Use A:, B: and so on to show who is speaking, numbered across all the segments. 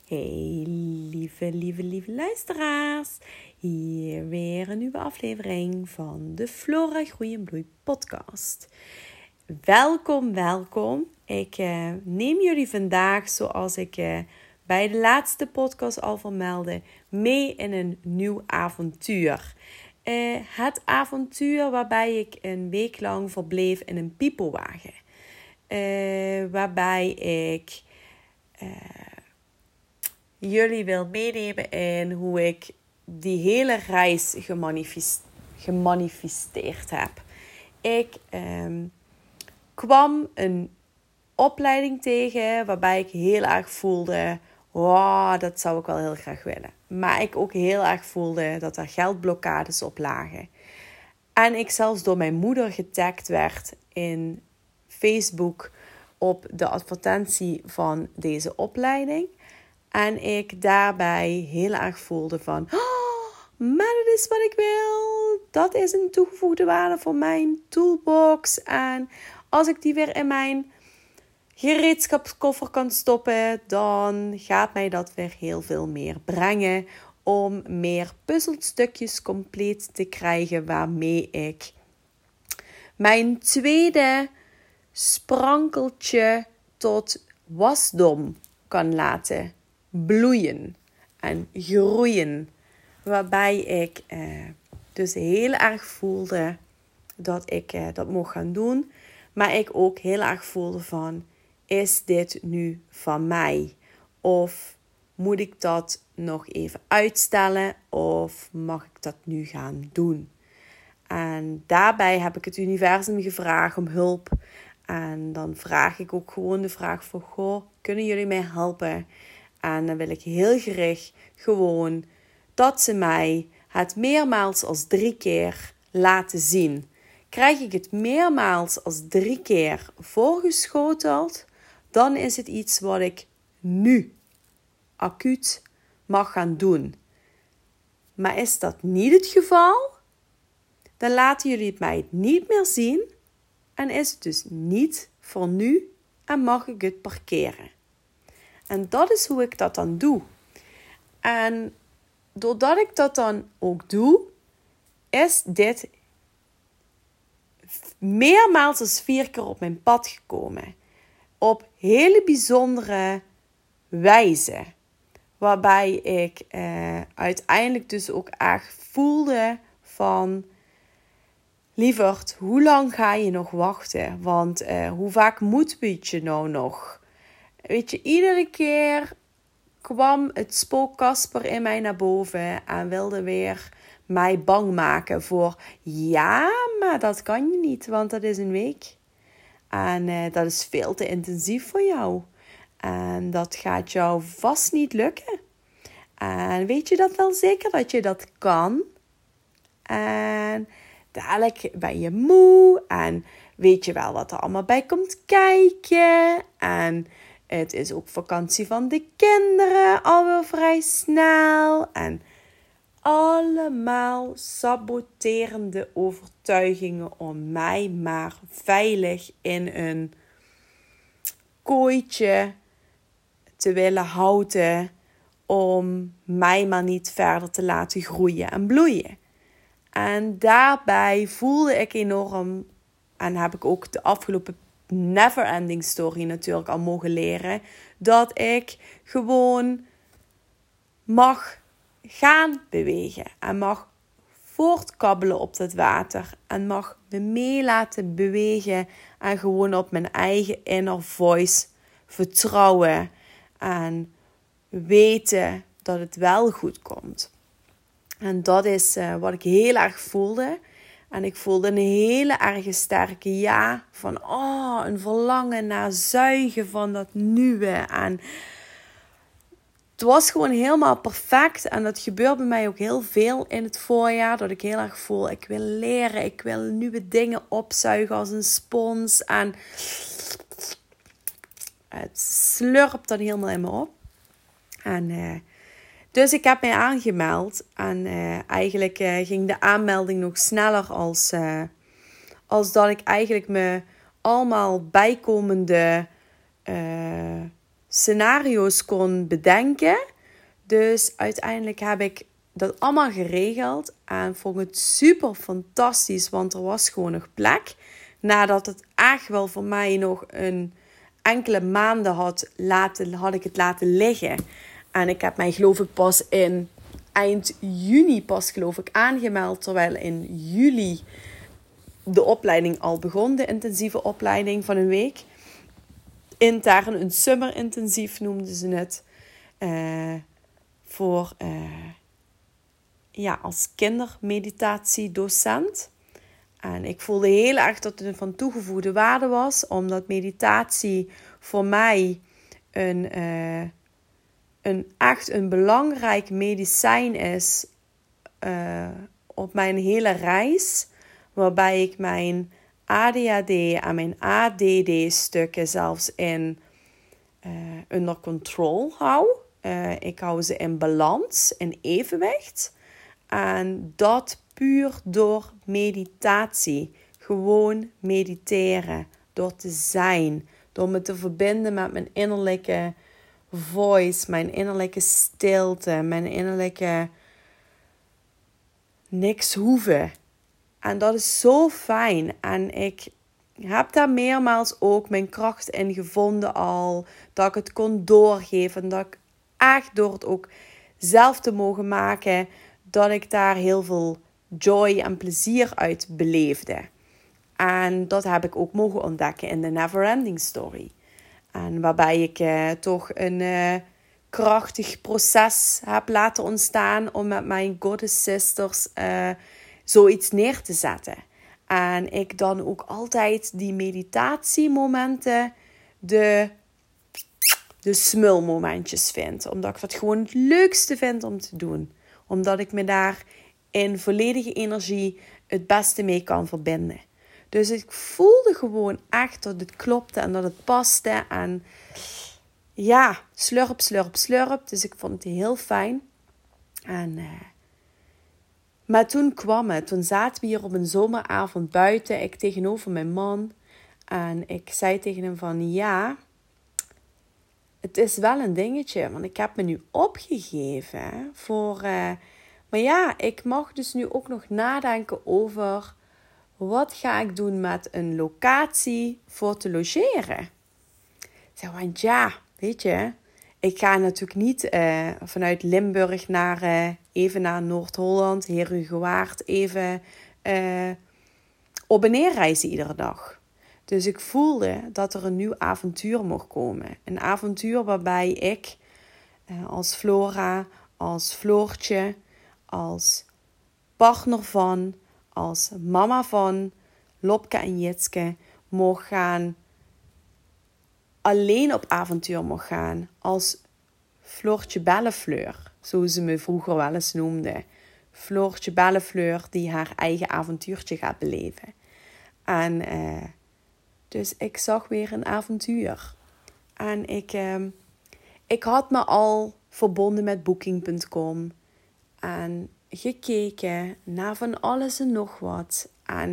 A: Hey lieve luisteraars. Hier weer een nieuwe aflevering van de Flora Groei en Bloei podcast. Welkom. Ik neem jullie vandaag, zoals ik bij de laatste podcast al vermeldde, mee in een nieuw avontuur. Het avontuur waarbij ik een week lang verbleef in een pipowagen. Waarbij ik jullie wil meenemen in hoe ik die hele reis gemanifesteerd heb. Ik kwam een opleiding tegen waarbij ik heel erg voelde, wow, dat zou ik wel heel graag willen. Maar ik ook heel erg voelde dat er geldblokkades op lagen. En ik zelfs door mijn moeder getagd werd in Facebook op de advertentie van deze opleiding. En ik daarbij heel erg voelde van, maar dat is wat ik wil. Dat is een toegevoegde waarde voor mijn toolbox. En als ik die weer in mijn gereedschapskoffer kan stoppen, dan gaat mij dat weer heel veel meer brengen. Om meer puzzelstukjes compleet te krijgen waarmee ik mijn tweede sprankeltje tot wasdom kan laten bloeien en groeien. Waarbij ik dus heel erg voelde dat ik dat mocht gaan doen. Maar ik ook heel erg voelde van, is dit nu van mij? Of moet ik dat nog even uitstellen? Of mag ik dat nu gaan doen? En daarbij heb ik het universum gevraagd om hulp. En dan vraag ik ook gewoon de vraag van, goh, kunnen jullie mij helpen? En dan wil ik heel gericht gewoon dat ze mij het meermaals als 3 keer laten zien. Krijg ik het meermaals als 3 keer voorgeschoteld, dan is het iets wat ik nu acuut mag gaan doen. Maar is dat niet het geval, dan laten jullie het mij niet meer zien en is het dus niet voor nu en mag ik het parkeren. En dat is hoe ik dat dan doe. En doordat ik dat dan ook doe, is dit meermaals als 4 keer op mijn pad gekomen. Op hele bijzondere wijze. Waarbij ik uiteindelijk dus ook echt voelde van, lieverd, hoe lang ga je nog wachten? Want hoe vaak moeten we het je nou nog? Weet je, iedere keer kwam het spook Casper in mij naar boven en wilde weer mij bang maken voor, ja, maar dat kan je niet, want dat is een week. En dat is veel te intensief voor jou. En dat gaat jou vast niet lukken. En weet je dat wel zeker dat je dat kan? En dadelijk ben je moe en weet je wel wat er allemaal bij komt kijken. En het is ook vakantie van de kinderen, alweer vrij snel. En allemaal saboterende overtuigingen om mij maar veilig in een kooitje te willen houden. Om mij maar niet verder te laten groeien en bloeien. En daarbij voelde ik enorm, en heb ik ook de afgelopen Neverending Story natuurlijk al mogen leren, dat ik gewoon mag gaan bewegen en mag voortkabbelen op dat water en mag me mee laten bewegen en gewoon op mijn eigen inner voice vertrouwen en weten dat het wel goed komt. En dat is wat ik heel erg voelde. En ik voelde een hele erg sterke ja van een verlangen naar zuigen van dat nieuwe. En het was gewoon helemaal perfect. En dat gebeurt bij mij ook heel veel in het voorjaar. Dat ik heel erg voel, ik wil leren. Ik wil nieuwe dingen opzuigen als een spons. En het slurpt dan helemaal in me op. En dus ik heb mij aangemeld. En eigenlijk ging de aanmelding nog sneller als dat ik eigenlijk me allemaal bijkomende scenario's kon bedenken. Dus uiteindelijk heb ik dat allemaal geregeld. En vond het super fantastisch, want er was gewoon nog plek. Nadat het echt wel voor mij nog een enkele maanden had ik het laten liggen. En ik heb mij geloof ik pas in eind juni aangemeld. Terwijl in juli de opleiding al begon. De intensieve opleiding van een week. Intern een summer intensief noemden ze het. Als kindermeditatiedocent. En ik voelde heel erg dat het van toegevoegde waarde was. Omdat meditatie voor mij echt een belangrijk medicijn is op mijn hele reis. Waarbij ik mijn ADHD en mijn ADD-stukken zelfs onder control hou. Ik hou ze in balans, in evenwicht. En dat puur door meditatie. Gewoon mediteren. Door te zijn. Door me te verbinden met mijn innerlijke voice. Mijn innerlijke stilte. Mijn innerlijke niks hoeven. En dat is zo fijn. En ik heb daar meermaals ook mijn kracht in gevonden al. Dat ik het kon doorgeven. En dat ik echt door het ook zelf te mogen maken, dat ik daar heel veel joy en plezier uit beleefde. En dat heb ik ook mogen ontdekken in de Neverending Story. En waarbij ik toch een krachtig proces heb laten ontstaan om met mijn Goddess Sisters zoiets neer te zetten. En ik dan ook altijd die meditatiemomenten de smulmomentjes vind. Omdat ik dat gewoon het leukste vind om te doen. Omdat ik me daar in volledige energie het beste mee kan verbinden. Dus ik voelde gewoon echt dat het klopte en dat het paste. En ja, slurp, slurp, slurp. Dus ik vond het heel fijn. Maar toen kwam het. Toen zaten we hier op een zomeravond buiten. Ik tegenover mijn man. En ik zei tegen hem van ja, het is wel een dingetje. Want ik heb me nu opgegeven voor... maar ja, ik mag dus nu ook nog nadenken over... wat ga ik doen met een locatie voor te logeren? Ik zei, want ja, weet je... Ik ga natuurlijk niet vanuit Limburg even naar Noord-Holland, Herugewaard, even op en neer reizen iedere dag. Dus ik voelde dat er een nieuw avontuur mocht komen. Een avontuur waarbij ik als Flora, als Floortje, als partner van, als mama van Lopke en Jitske mocht gaan... alleen op avontuur mocht gaan als Floortje Bellefleur, zoals ze me vroeger wel eens noemde. Floortje Bellefleur die haar eigen avontuurtje gaat beleven. En dus ik zag weer een avontuur. En ik had me al verbonden met Booking.com en gekeken naar van alles en nog wat.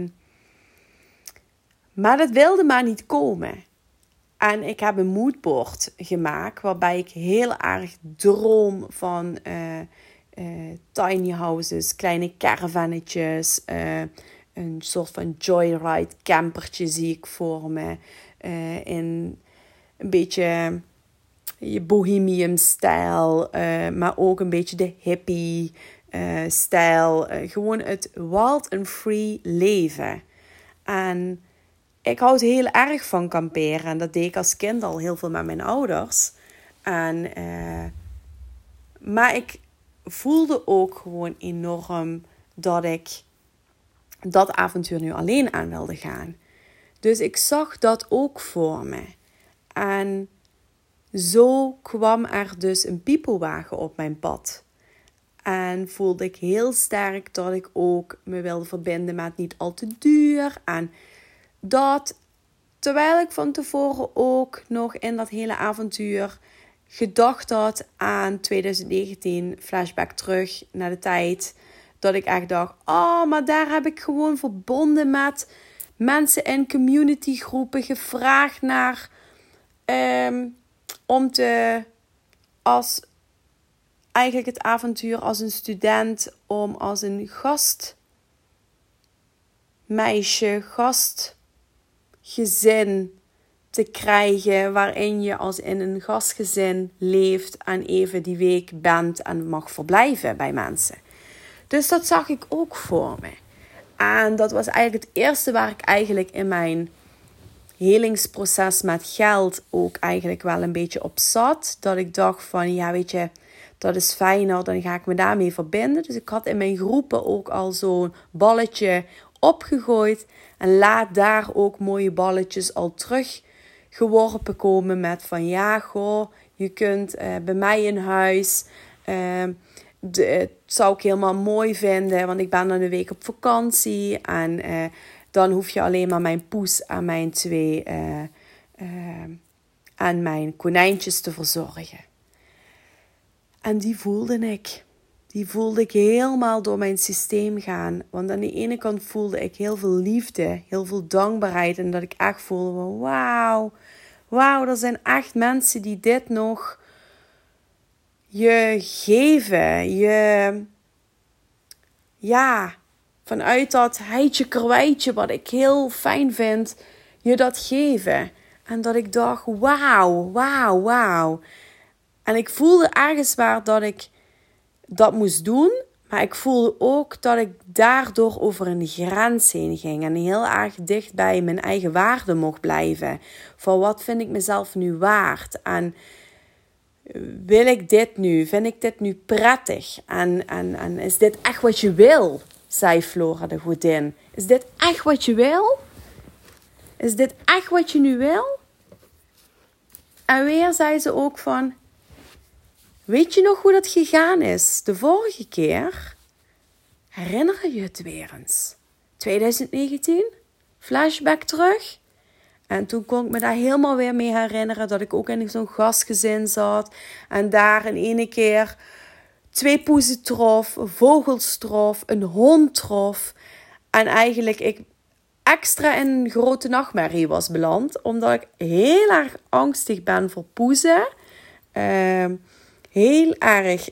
A: Maar dat wilde maar niet komen. En ik heb een moodboard gemaakt waarbij ik heel erg droom van tiny houses, kleine caravannetjes, een soort van joyride campertje zie ik voor me. In een beetje bohemian stijl, maar ook een beetje de hippie stijl. Gewoon het wild and free leven. En ik houd heel erg van kamperen. En dat deed ik als kind al heel veel met mijn ouders. Maar ik voelde ook gewoon enorm dat ik dat avontuur nu alleen aan wilde gaan. Dus ik zag dat ook voor me. En zo kwam er dus een piepelwagen op mijn pad. En voelde ik heel sterk dat ik ook me wilde verbinden met niet al te duur. En dat, terwijl ik van tevoren ook nog in dat hele avontuur gedacht had aan 2019, flashback terug naar de tijd, dat ik echt dacht, maar daar heb ik gewoon verbonden met mensen in communitygroepen, gevraagd naar eigenlijk het avontuur als een student, om als een gastmeisje, gastgezin te krijgen, waarin je als in een gastgezin leeft en even die week bent en mag verblijven bij mensen. Dus dat zag ik ook voor me. En dat was eigenlijk het eerste waar ik eigenlijk in mijn helingsproces met geld ook eigenlijk wel een beetje op zat. Dat ik dacht van, ja weet je, dat is fijner, dan ga ik me daarmee verbinden. Dus ik had in mijn groepen ook al zo'n balletje opgegooid. En laat daar ook mooie balletjes al teruggeworpen komen met van, ja goh, je kunt bij mij in huis. Het zou ik helemaal mooi vinden, want ik ben dan een week op vakantie. En dan hoef je alleen maar mijn poes en mijn en mijn konijntjes te verzorgen. En die voelde ik. Die voelde ik helemaal door mijn systeem gaan. Want aan de ene kant voelde ik heel veel liefde, heel veel dankbaarheid. En dat ik echt voelde van wauw, er zijn echt mensen die dit nog je geven. Vanuit dat heitje karweitje wat ik heel fijn vind, je dat geven. En dat ik dacht, wauw. En ik voelde ergens waar dat ik dat moest doen. Maar ik voelde ook dat ik daardoor over een grens heen ging. En heel erg dicht bij mijn eigen waarde mocht blijven. Van wat vind ik mezelf nu waard? En wil ik dit nu? Vind ik dit nu prettig? En is dit echt wat je wil? Zei Flora de godin. Is dit echt wat je wil? Is dit echt wat je nu wil? En weer zei ze ook van, weet je nog hoe dat gegaan is de vorige keer? Herinner je het weer eens? 2019? Flashback terug? En toen kon ik me daar helemaal weer mee herinneren dat ik ook in zo'n gastgezin zat. En daar in ene keer 2 poezen trof, vogels trof, een hond trof. En eigenlijk ik extra in een grote nachtmerrie was beland. Omdat ik heel erg angstig ben voor poezen. Heel erg,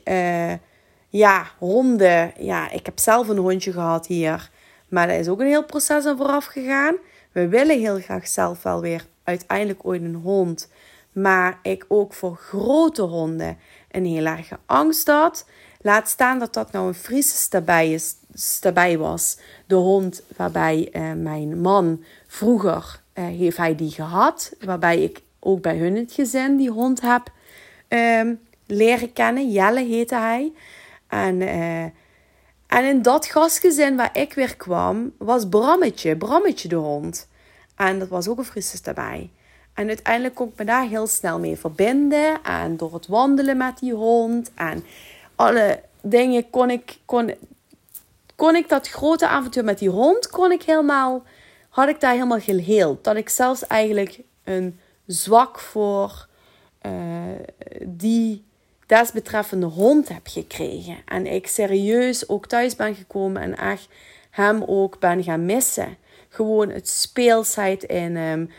A: honden. Ja, ik heb zelf een hondje gehad hier. Maar daar is ook een heel proces aan vooraf gegaan. We willen heel graag zelf wel weer uiteindelijk ooit een hond. Maar ik ook voor grote honden een heel erg angst had. Laat staan dat dat nou een Frieses daarbij was. De hond waarbij mijn man vroeger heeft hij die gehad. Waarbij ik ook bij hun in het gezin die hond heb leren kennen. Jelle heette hij. En in dat gastgezin waar ik weer kwam, was Brammetje de hond. En dat was ook een Frieses daarbij. En uiteindelijk kon ik me daar heel snel mee verbinden. En door het wandelen met die hond en alle dingen kon ik dat grote avontuur met die hond, had ik daar helemaal geheeld. Dat ik zelfs eigenlijk een zwak voor die desbetreffende hond heb gekregen. En ik serieus ook thuis ben gekomen en echt hem ook ben gaan missen. Gewoon het speelsheid in hem,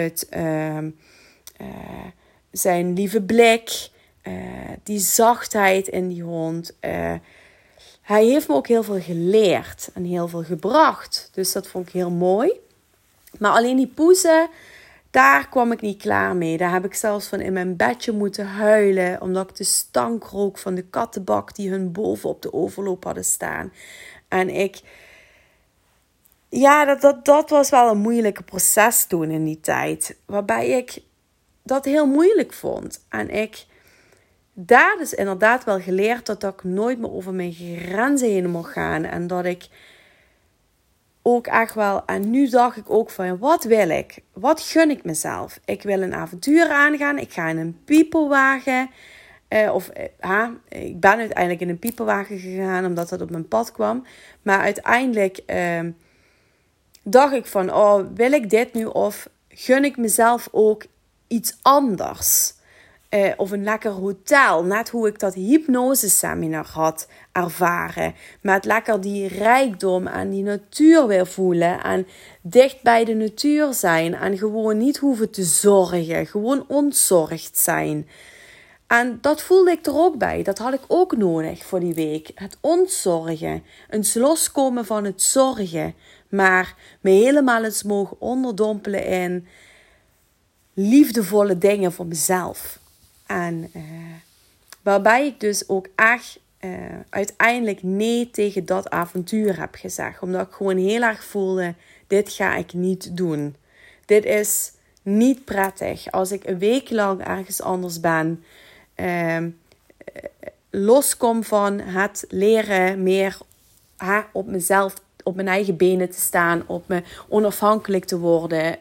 A: zijn lieve blik, die zachtheid in die hond. Hij heeft me ook heel veel geleerd en heel veel gebracht. Dus dat vond ik heel mooi. Maar alleen die poezen, daar kwam ik niet klaar mee. Daar heb ik zelfs van in mijn bedje moeten huilen. Omdat ik de stank rook van de kattenbak die hun boven op de overloop hadden staan. En dat was wel een moeilijke proces toen in die tijd. Waarbij ik dat heel moeilijk vond. En ik daar dus inderdaad wel geleerd dat ik nooit meer over mijn grenzen heen mocht gaan. En dat ik ook echt wel, en nu dacht ik ook van, wat wil ik? Wat gun ik mezelf? Ik wil een avontuur aangaan. Ik ga in een piepelwagen. Ik ben uiteindelijk in een piepelwagen gegaan, omdat dat op mijn pad kwam. Maar uiteindelijk dacht ik van, wil ik dit nu? Of gun ik mezelf ook iets anders? Of een lekker hotel. Net hoe ik dat hypnoseseminar had ervaren. Met lekker die rijkdom en die natuur weer voelen. En dicht bij de natuur zijn. En gewoon niet hoeven te zorgen. Gewoon ontzorgd zijn. En dat voelde ik er ook bij. Dat had ik ook nodig voor die week. Het ontzorgen. Eens loskomen van het zorgen. Maar me helemaal eens mogen onderdompelen in liefdevolle dingen voor mezelf. En waarbij ik dus ook echt uiteindelijk nee tegen dat avontuur heb gezegd. Omdat ik gewoon heel erg voelde, dit ga ik niet doen. Dit is niet prettig. Als ik een week lang ergens anders ben, loskom van het leren meer op mezelf, op mijn eigen benen te staan, op me onafhankelijk te worden.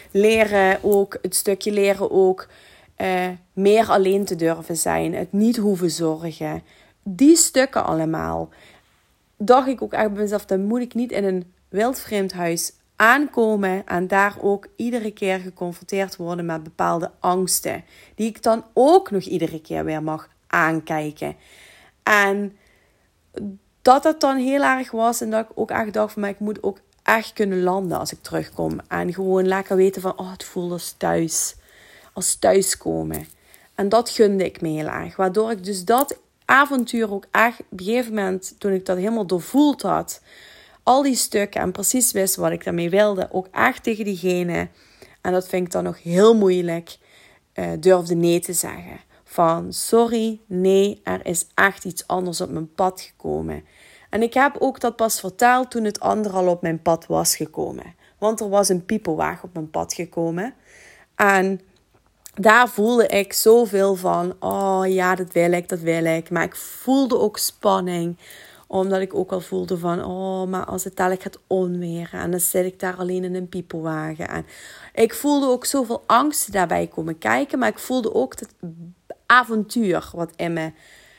A: Het stukje leren ook meer alleen te durven zijn. Het niet hoeven zorgen. Die stukken allemaal. Dacht ik ook echt bij mezelf, dan moet ik niet in een wildvreemd huis aankomen en daar ook iedere keer geconfronteerd worden met bepaalde angsten. Die ik dan ook nog iedere keer weer mag aankijken. En dat het dan heel erg was en dat ik ook echt dacht van mij, ik moet ook echt kunnen landen als ik terugkom. En gewoon lekker weten van, het voelt als thuis. Als thuiskomen. En dat gunde ik me heel erg. Waardoor ik dus dat avontuur ook echt op een gegeven moment, toen ik dat helemaal doorvoeld had, al die stukken en precies wist wat ik daarmee wilde, ook echt tegen diegene, en dat vind ik dan nog heel moeilijk, durfde nee te zeggen. Van sorry, nee, er is echt iets anders op mijn pad gekomen. En ik heb ook dat pas verteld toen het andere al op mijn pad was gekomen. Want er was een piepelwagen op mijn pad gekomen. En daar voelde ik zoveel van, ja, dat wil ik. Maar ik voelde ook spanning. Omdat ik ook al voelde van, maar als het dadelijk gaat onweren. En dan zit ik daar alleen in een piepelwagen. En ik voelde ook zoveel angst daarbij komen kijken. Maar ik voelde ook dat avontuur wat in me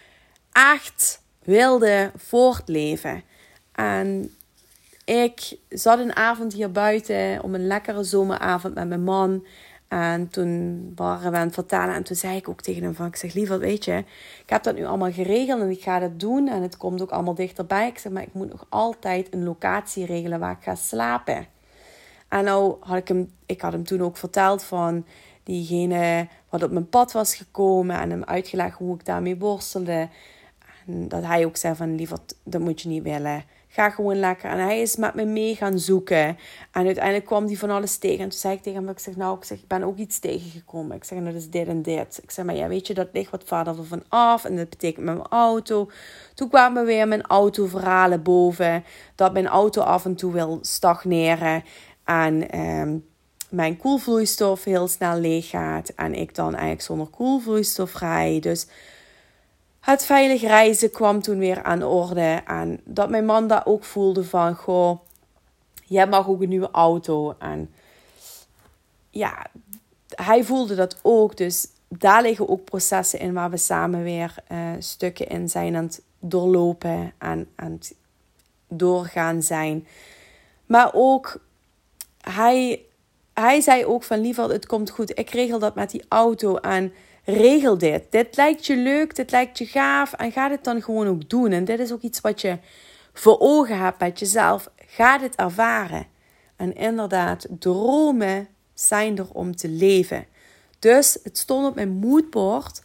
A: echt wilde voortleven. En ik zat een avond hier buiten om een lekkere zomeravond met mijn man. En toen waren we aan het vertellen. En toen zei ik ook tegen hem van, ik zeg, lieverd, weet je, ik heb dat nu allemaal geregeld en ik ga dat doen. En het komt ook allemaal dichterbij. Ik zeg, maar ik moet nog altijd een locatie regelen waar ik ga slapen. En nou had hem toen ook verteld van diegene wat op mijn pad was gekomen. En hem uitgelegd hoe ik daarmee worstelde. En dat hij ook zei van, lieverd, dat moet je niet willen. Ga gewoon lekker. En hij is met me mee gaan zoeken. En uiteindelijk kwam hij van alles tegen. En toen zei ik tegen hem, ik ben ook iets tegengekomen. Ik zeg, dat is dit en dit. Ik zeg, maar ja, weet je, dat ligt wat verder van af. En dat betekent met mijn auto. Toen kwamen weer mijn autoverhalen boven. Dat mijn auto af en toe wil stagneren. En mijn koelvloeistof heel snel leeg gaat. En ik dan eigenlijk zonder koelvloeistof rij. Dus het veilig reizen kwam toen weer aan de orde. En dat mijn man daar ook voelde van, goh, jij mag ook een nieuwe auto. En ja, hij voelde dat ook. Dus daar liggen ook processen in waar we samen weer stukken in zijn aan het doorlopen. En aan het doorgaan zijn. Maar ook, hij zei ook van, lieverd, het komt goed. Ik regel dat met die auto en regel dit. Dit lijkt je leuk, dit lijkt je gaaf. En ga dit dan gewoon ook doen. En dit is ook iets wat je voor ogen hebt met jezelf. Ga dit ervaren. En inderdaad, dromen zijn er om te leven. Dus het stond op mijn moodboard.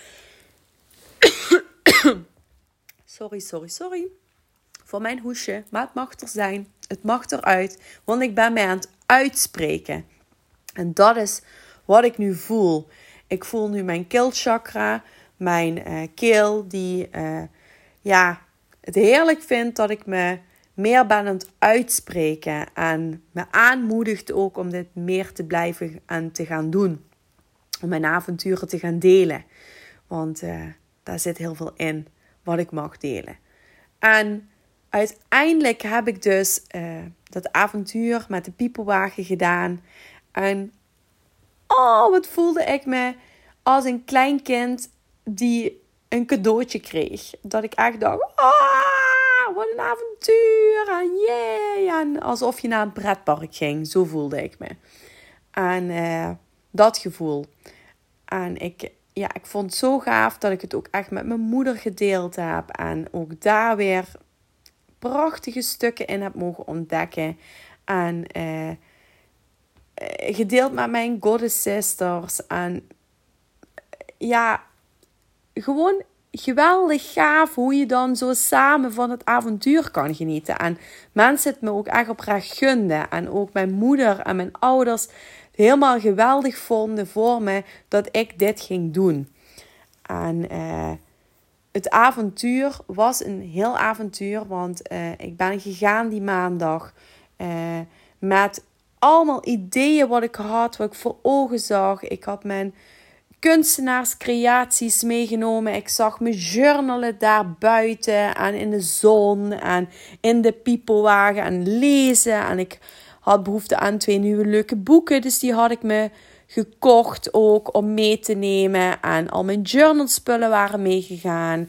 A: Sorry. Voor mijn hoesje. Maar het mag er zijn. Het mag eruit. Want ik ben mij aan het uitspreken. En dat is wat ik nu voel. Ik voel nu mijn keelchakra, mijn keel, die het heerlijk vindt dat ik me meer ben aan het uitspreken. En me aanmoedigt ook om dit meer te blijven en te gaan doen. Om mijn avonturen te gaan delen. Want daar zit heel veel in wat ik mag delen. En uiteindelijk heb ik dus dat avontuur met de piepelwagen gedaan. En wat voelde ik me als een klein kind die een cadeautje kreeg. Dat ik echt dacht, wat een avontuur. En yay. En alsof je naar een pretpark ging. Zo voelde ik me. En dat gevoel. En ik vond het zo gaaf dat ik het ook echt met mijn moeder gedeeld heb. En ook daar weer prachtige stukken in heb mogen ontdekken. En gedeeld met mijn Goddess Sisters. En gewoon geweldig gaaf hoe je dan zo samen van het avontuur kan genieten. En mensen het me ook echt oprecht gunden. En ook mijn moeder en mijn ouders het helemaal geweldig vonden voor me dat ik dit ging doen. En het avontuur was een heel avontuur. Want ik ben gegaan die maandag met allemaal ideeën wat ik had, wat ik voor ogen zag. Ik had mijn kunstenaarscreaties meegenomen. Ik zag me journalen daar buiten en in de zon en in de piepelwagen en lezen. En ik had behoefte aan 2 nieuwe leuke boeken, dus die had ik me gekocht ook om mee te nemen. En al mijn journalspullen waren meegegaan.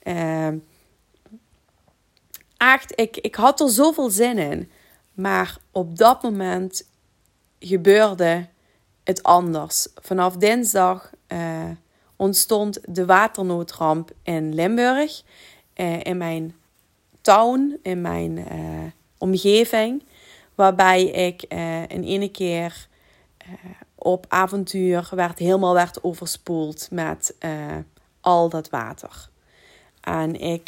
A: Echt, ik had er zoveel zin in. Maar op dat moment gebeurde het anders. Vanaf dinsdag ontstond de waternoodramp in Limburg. In mijn town, in mijn omgeving. Waarbij ik in ene keer op avontuur werd overspoeld met al dat water. En ik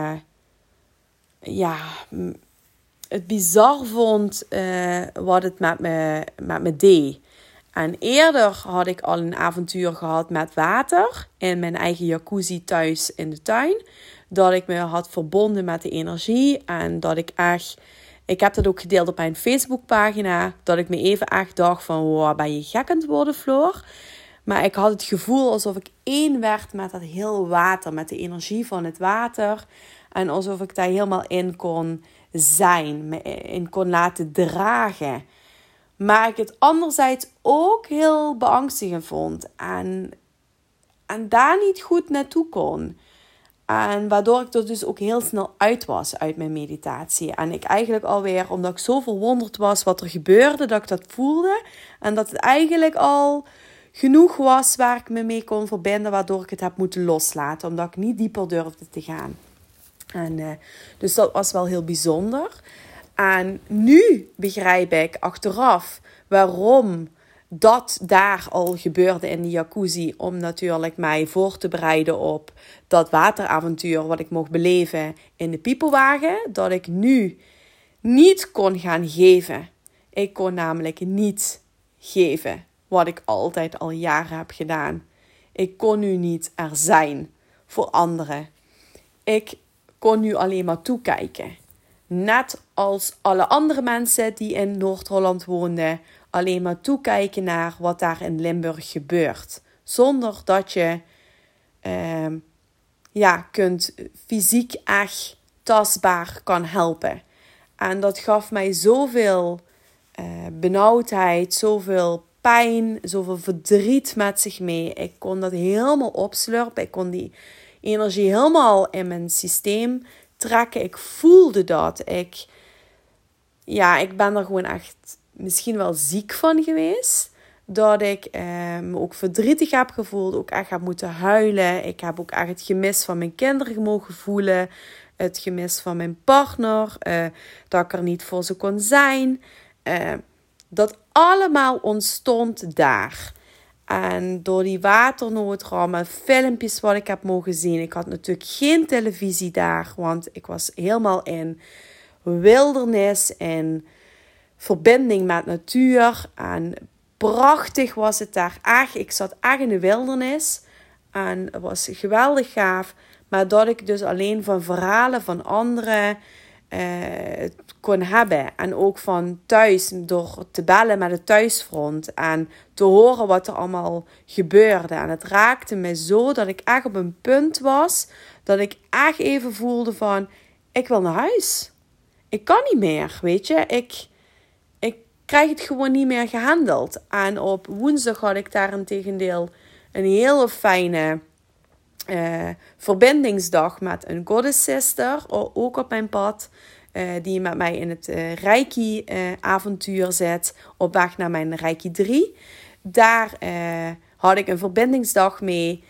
A: het bizar vond wat het met me deed. En eerder had ik al een avontuur gehad met water in mijn eigen jacuzzi thuis in de tuin. Dat ik me had verbonden met de energie en dat ik echt... Ik heb dat ook gedeeld op mijn Facebookpagina. Dat ik me even echt dacht van, wow, ben je gek aan het worden, Floor? Maar ik had het gevoel alsof ik één werd met dat heel water. Met de energie van het water. En alsof ik daar helemaal in kon zijn. Me in kon laten dragen. Maar ik het anderzijds ook heel beangstigend vond. En daar niet goed naartoe kon. En waardoor ik er dus ook heel snel uit was uit mijn meditatie. En ik eigenlijk alweer, omdat ik zo verwonderd was wat er gebeurde, dat ik dat voelde. En dat het eigenlijk al genoeg was waar ik me mee kon verbinden, waardoor ik het heb moeten loslaten. Omdat ik niet dieper durfde te gaan. En dus dat was wel heel bijzonder. En nu begrijp ik achteraf waarom dat daar al gebeurde in de jacuzzi. Om natuurlijk mij voor te bereiden op dat wateravontuur wat ik mocht beleven in de piepelwagen. Dat ik nu niet kon gaan geven. Ik kon namelijk niet geven wat ik altijd al jaren heb gedaan. Ik kon nu niet er zijn voor anderen. Ik kon nu alleen maar toekijken. Net als alle andere mensen die in Noord-Holland woonden, alleen maar toekijken naar wat daar in Limburg gebeurt. Zonder dat je kunt fysiek echt tastbaar kan helpen. En dat gaf mij zoveel benauwdheid, zoveel pijn, zoveel verdriet met zich mee. Ik kon dat helemaal opslurpen. Ik kon die energie helemaal in mijn systeem trekken. Ik voelde dat. Ik ben er gewoon echt misschien wel ziek van geweest. Dat ik me ook verdrietig heb gevoeld. Ook echt heb moeten huilen. Ik heb ook echt het gemis van mijn kinderen mogen voelen. Het gemis van mijn partner. Dat ik er niet voor ze kon zijn. Dat allemaal ontstond daar. En door die waternoodramp en filmpjes wat ik heb mogen zien. Ik had natuurlijk geen televisie daar. Want ik was helemaal in wildernis. In verbinding met natuur. En prachtig was het daar echt. Ik zat echt in de wildernis. En het was geweldig gaaf. Maar dat ik dus alleen van verhalen van anderen kon hebben. En ook van thuis, door te bellen met het thuisfront. En te horen wat er allemaal gebeurde. En het raakte me zo dat ik echt op een punt was. Dat ik echt even voelde van, ik wil naar huis. Ik kan niet meer, weet je. Ik krijg het gewoon niet meer gehandeld. En op woensdag had ik daarentegendeel een hele fijne verbindingsdag met een Goddess Sister. Ook op mijn pad. Die met mij in het Reiki-avontuur zit. Op weg naar mijn Reiki 3. Daar had ik een verbindingsdag mee.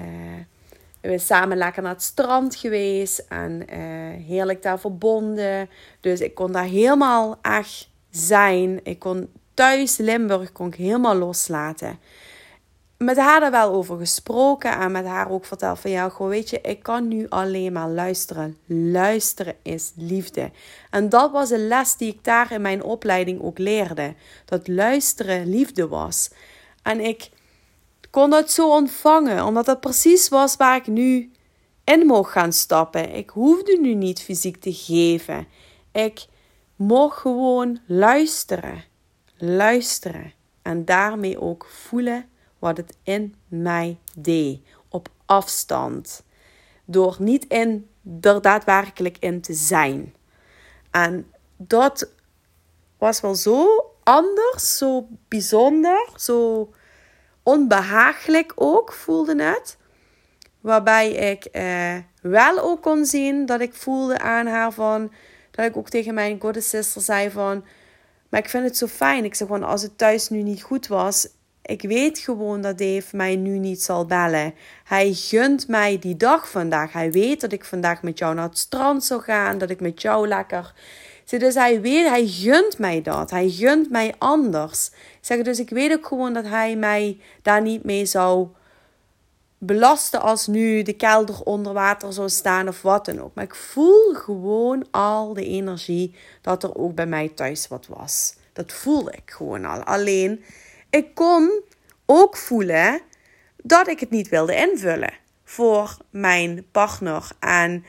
A: We zijn samen lekker naar het strand geweest. En heerlijk daar verbonden. Dus ik kon daar helemaal echt zijn. Ik kon thuis Limburg kon ik helemaal loslaten. Met haar daar wel over gesproken. En met haar ook verteld van ja, gewoon weet je, ik kan nu alleen maar luisteren. Luisteren is liefde. En dat was een les die ik daar in mijn opleiding ook leerde. Dat luisteren liefde was. En ik kon dat zo ontvangen. Omdat dat precies was waar ik nu in mocht gaan stappen. Ik hoefde nu niet fysiek te geven. Ik mocht gewoon luisteren. Luisteren. En daarmee ook voelen wat het in mij deed. Op afstand. Door niet er daadwerkelijk in te zijn. En dat was wel zo anders. Zo bijzonder. Zo onbehagelijk ook voelde het. Waarbij ik wel ook kon zien dat ik voelde aan haar van... Dat ik ook tegen mijn goddess sister zei van... Maar ik vind het zo fijn. Ik zeg gewoon als het thuis nu niet goed was... Ik weet gewoon dat Dave mij nu niet zal bellen. Hij gunt mij die dag vandaag. Hij weet dat ik vandaag met jou naar het strand zou gaan. Dat ik met jou lekker... Dus hij gunt mij dat. Hij gunt mij anders. Dus ik weet ook gewoon dat hij mij daar niet mee zou belasten als nu de kelder onder water zou staan of wat dan ook. Maar ik voel gewoon al de energie dat er ook bij mij thuis wat was. Dat voelde ik gewoon al. Alleen, ik kon ook voelen dat ik het niet wilde invullen voor mijn partner. En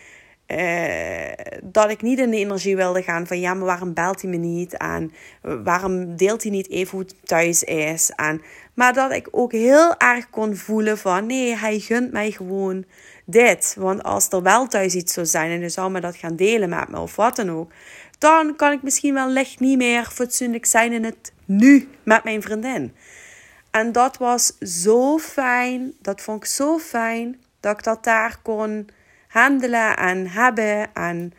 A: dat ik niet in de energie wilde gaan van ja, maar waarom belt hij me niet? En waarom deelt hij niet even hoe het thuis is? Maar dat ik ook heel erg kon voelen van nee, hij gunt mij gewoon dit. Want als er wel thuis iets zou zijn en hij zou me dat gaan delen met me of wat dan ook. Dan kan ik misschien wel licht niet meer fatsoenlijk zijn in het nu met mijn vriendin. En dat was zo fijn. Dat vond ik zo fijn dat ik dat daar kon handelen en hebben. En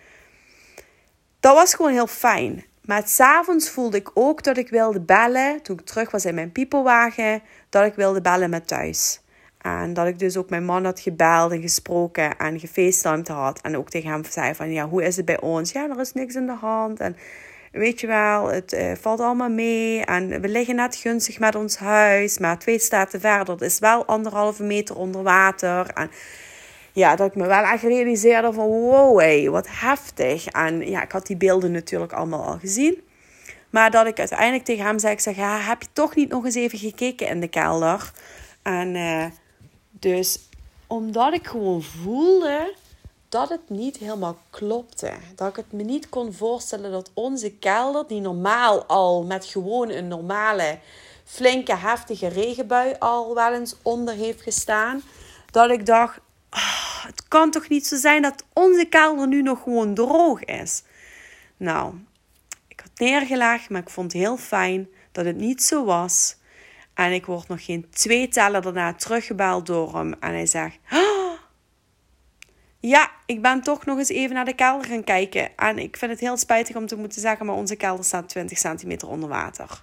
A: dat was gewoon heel fijn. Maar 's avonds voelde ik ook dat ik wilde bellen. Toen ik terug was in mijn piepelwagen. Dat ik wilde bellen met thuis. En dat ik dus ook mijn man had gebeld en gesproken en gefacetimed had. En ook tegen hem zei van ja, hoe is het bij ons? Ja, er is niks aan de hand. En weet je wel, het valt allemaal mee. En we liggen net gunstig met ons huis. Maar 2 straten verder, het is wel 1,5 meter onder water. En ja, dat ik me wel echt realiseerde van wow, hé, wat heftig. En ja, ik had die beelden natuurlijk allemaal al gezien. Maar dat ik uiteindelijk tegen hem zei, ik zeg, ja, heb je toch niet nog eens even gekeken in de kelder? En dus omdat ik gewoon voelde dat het niet helemaal klopte. Dat ik het me niet kon voorstellen dat onze kelder, die normaal al met gewoon een normale, flinke, heftige regenbui al wel eens onder heeft gestaan. Dat ik dacht, het kan toch niet zo zijn dat onze kelder nu nog gewoon droog is. Nou, ik had neergelegd, maar ik vond het heel fijn dat het niet zo was. En ik word nog geen 2 tellen daarna teruggebeld door hem. En hij zegt, ja, ik ben toch nog eens even naar de kelder gaan kijken. En ik vind het heel spijtig om te moeten zeggen, maar onze kelder staat 20 centimeter onder water.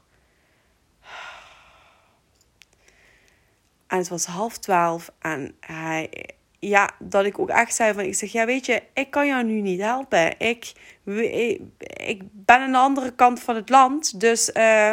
A: En het was 11:30 en ja, dat ik ook echt zei van, ik zeg, ja weet je, ik kan jou nu niet helpen. Ik ben aan de andere kant van het land, dus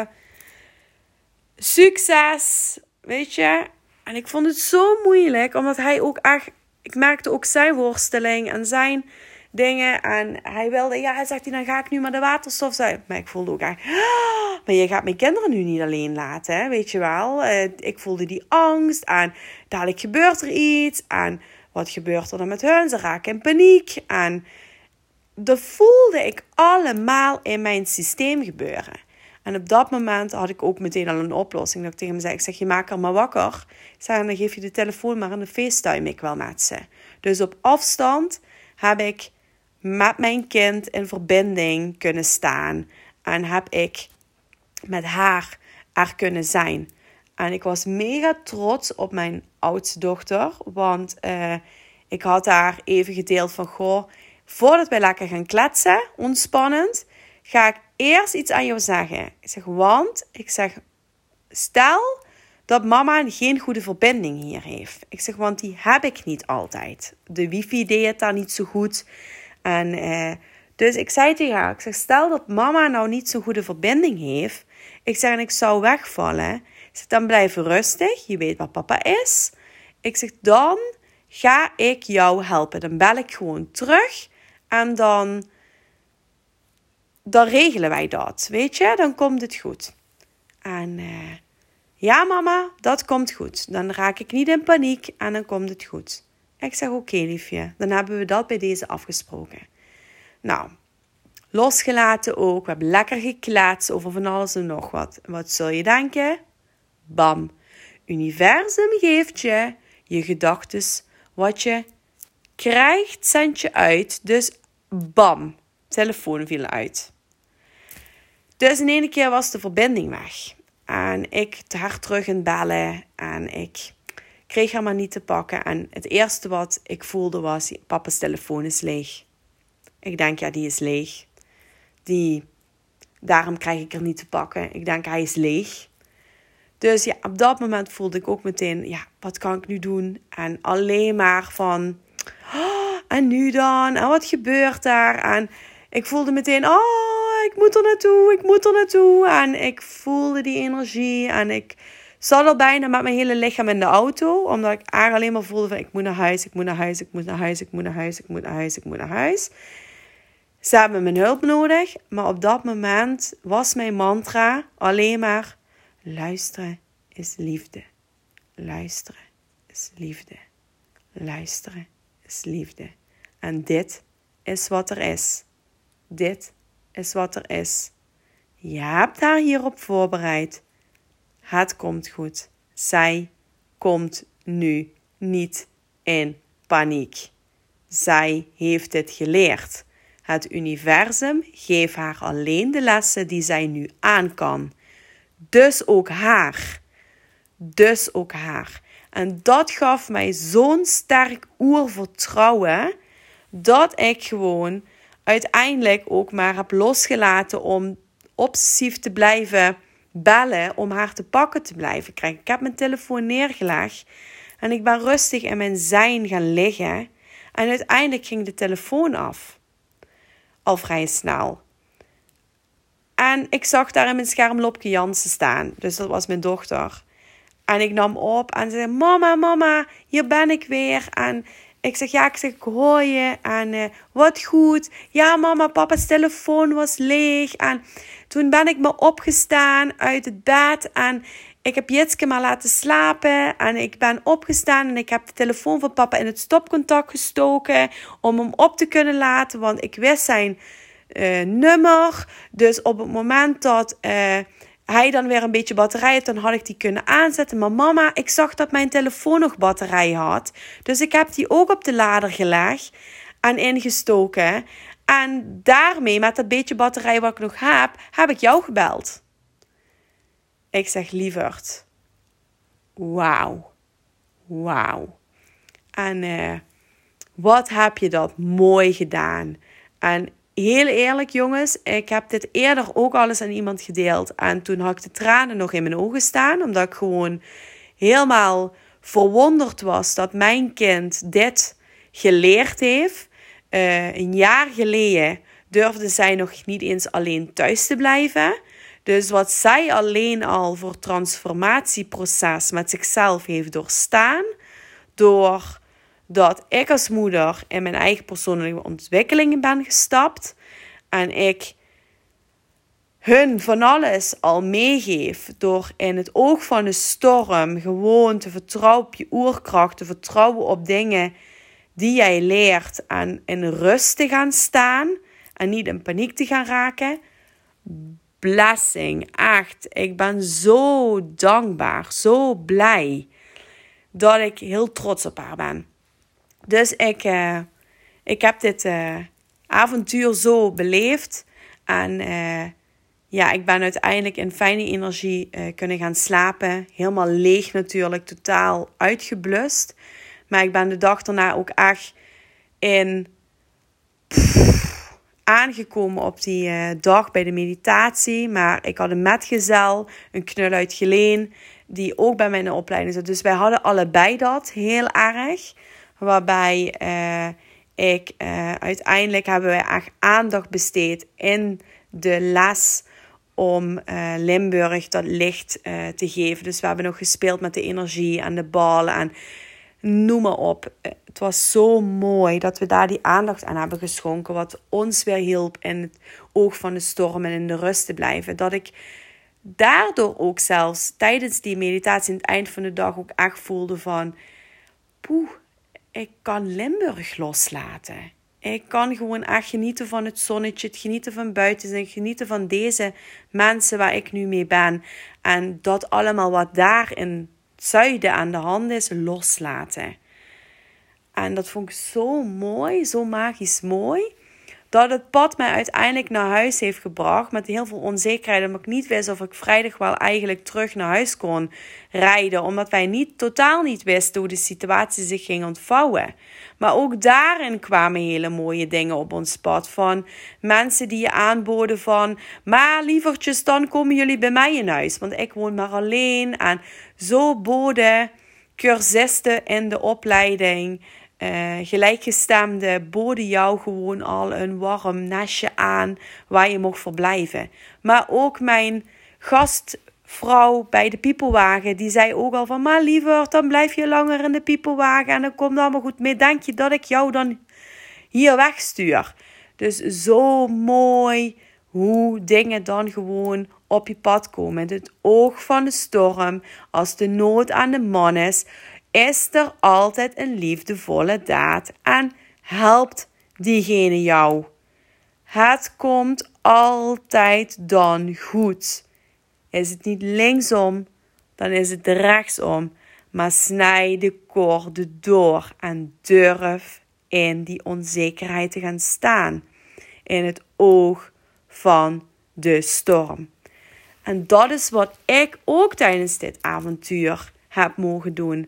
A: succes, weet je. En ik vond het zo moeilijk, omdat hij ook echt, ik merkte ook zijn worsteling en zijn dingen. En hij wilde, ja, hij zegt, dan ga ik nu maar de waterstof zijn. Maar ik voelde ook echt, maar je gaat mijn kinderen nu niet alleen laten, hè? Weet je wel. Ik voelde die angst en dadelijk gebeurt er iets. En wat gebeurt er dan met hun? Ze raken in paniek. En dat voelde ik allemaal in mijn systeem gebeuren. En op dat moment had ik ook meteen al een oplossing. Dat ik tegen hem zei, ik zeg, je maakt er maar wakker. Ik zeg, en dan geef je de telefoon maar en de FaceTime ik wel met ze. Dus op afstand heb ik met mijn kind in verbinding kunnen staan. En heb ik met haar er kunnen zijn. En ik was mega trots op mijn oudste dochter. Want ik had haar even gedeeld van, goh, voordat wij lekker gaan kletsen, ontspannend, ga ik eerst iets aan jou zeggen. Ik zeg, stel dat mama geen goede verbinding hier heeft. Ik zeg, want die heb ik niet altijd. De wifi deed het daar niet zo goed. En dus ik zei tegen haar, ik zeg, stel dat mama nou niet zo'n goede verbinding heeft. Ik zeg, en ik zou wegvallen. Ik zeg, dan blijf rustig. Je weet wat papa is. Ik zeg, dan ga ik jou helpen. Dan bel ik gewoon terug. En dan regelen wij dat. Weet je, dan komt het goed. En ja mama, dat komt goed. Dan raak ik niet in paniek en dan komt het goed. Ik zeg, oké, liefje. Dan hebben we dat bij deze afgesproken. Nou, losgelaten ook. We hebben lekker gekletst over van alles en nog wat. Wat zul je denken? Bam. Universum geeft je gedachtes. Wat je krijgt, zend je uit. Dus bam. Telefoon viel uit. Dus in één keer was de verbinding weg. En ik haar terug in bellen. En ik kreeg haar maar niet te pakken. En het eerste wat ik voelde was, papa's telefoon is leeg. Ik denk, ja, die is leeg. Daarom krijg ik er niet te pakken. Ik denk, hij is leeg. Dus ja, op dat moment voelde ik ook meteen, ja, wat kan ik nu doen? En alleen maar van, oh, en nu dan? En wat gebeurt daar? En ik voelde meteen, oh, ik moet er naartoe. En ik voelde die energie. En ik zat al bijna met mijn hele lichaam in de auto. Omdat ik alleen maar voelde van, ik moet naar huis. Ze hebben mijn hulp nodig. Maar op dat moment was mijn mantra alleen maar, luisteren is liefde. Luisteren is liefde. Luisteren is liefde. En dit is wat er is. Dit is wat er is. Je hebt haar hierop voorbereid. Het komt goed. Zij komt nu niet in paniek. Zij heeft het geleerd. Het universum geeft haar alleen de lessen die zij nu aan kan. Dus ook haar. En dat gaf mij zo'n sterk oervertrouwen dat ik gewoon uiteindelijk ook maar heb losgelaten om obsessief te blijven bellen, om haar te pakken te blijven krijgen. Ik heb mijn telefoon neergelegd en ik ben rustig in mijn zijn gaan liggen. En uiteindelijk ging de telefoon af. Al vrij snel. En ik zag daar in mijn scherm Lopke Jansen staan. Dus dat was mijn dochter. En ik nam op en ze zei, mama, hier ben ik weer. En ik zeg, ik hoor je. En wat goed. Ja, mama, papa's telefoon was leeg. En toen ben ik me opgestaan uit het bed. En ik heb Jitske maar laten slapen. En ik ben opgestaan en ik heb de telefoon van papa in het stopcontact gestoken. Om hem op te kunnen laten. Want ik wist zijn nummer. Dus op het moment dat hij dan weer een beetje batterij had, dan had ik die kunnen aanzetten. Maar mama, ik zag dat mijn telefoon nog batterij had. Dus ik heb die ook op de lader gelegd en ingestoken. En daarmee, met dat beetje batterij wat ik nog heb ik jou gebeld. Ik zeg, lieverd, wauw. En wat heb je dat mooi gedaan. En heel eerlijk jongens, ik heb dit eerder ook al eens aan iemand gedeeld. En toen had ik de tranen nog in mijn ogen staan. Omdat ik gewoon helemaal verwonderd was dat mijn kind dit geleerd heeft. Een jaar geleden durfde zij nog niet eens alleen thuis te blijven. Dus wat zij alleen al voor transformatieproces met zichzelf heeft doorstaan. Doordat ik als moeder in mijn eigen persoonlijke ontwikkelingen ben gestapt. En ik hun van alles al meegeef. Door in het oog van de storm gewoon te vertrouwen op je oerkracht. Te vertrouwen op dingen die jij leert. En in rust te gaan staan. En niet in paniek te gaan raken. Blessing, echt. Ik ben zo dankbaar. Zo blij. Dat ik heel trots op haar ben. Dus ik heb dit avontuur zo beleefd. En ik ben uiteindelijk in fijne energie kunnen gaan slapen. Helemaal leeg natuurlijk. Totaal uitgeblust. Maar ik ben de dag daarna ook echt aangekomen op die dag bij de meditatie. Maar ik had een metgezel, een knul uit Geleen. die ook bij mij in de opleiding zat. Dus wij hadden allebei dat heel erg. Waarbij uiteindelijk hebben wij echt aandacht besteed in de les om Limburg dat licht te geven. Dus we hebben nog gespeeld met de energie en de ballen en noem maar op. Het was zo mooi dat we daar die aandacht aan hebben geschonken. Wat ons weer hielp in het oog van de storm en in de rust te blijven. Dat ik daardoor ook zelfs tijdens die meditatie aan het eind van de dag ook echt voelde van... ik kan Limburg loslaten. Ik kan gewoon echt genieten van het zonnetje, het genieten van buiten zijn, genieten van deze mensen waar ik nu mee ben. En dat allemaal wat daar in het zuiden aan de hand is, loslaten. En dat vond ik zo mooi, zo magisch mooi. Dat het pad mij uiteindelijk naar huis heeft gebracht. Met heel veel onzekerheid. Omdat ik niet wist of ik vrijdag wel eigenlijk terug naar huis kon rijden. Omdat wij totaal niet wisten hoe de situatie zich ging ontvouwen. Maar ook daarin kwamen hele mooie dingen op ons pad. Van mensen die je aanboden van... maar lievertjes, dan komen jullie bij mij in huis. Want ik woon maar alleen. En zo boden cursisten in de opleiding... gelijkgestemden boden jou gewoon al een warm nestje aan waar je mocht verblijven. Maar ook mijn gastvrouw bij de piepelwagen, die zei ook al van... maar liever, dan blijf je langer in de piepelwagen en dan komt het allemaal goed mee. Denk je dat ik jou dan hier wegstuur? Dus zo mooi hoe dingen dan gewoon op je pad komen. In het oog van de storm, als de nood aan de man is er altijd een liefdevolle daad en helpt diegene jou. Het komt altijd dan goed. Is het niet linksom, dan is het rechtsom. Maar snij de koorden door en durf in die onzekerheid te gaan staan. In het oog van de storm. En dat is wat ik ook tijdens dit avontuur heb mogen doen.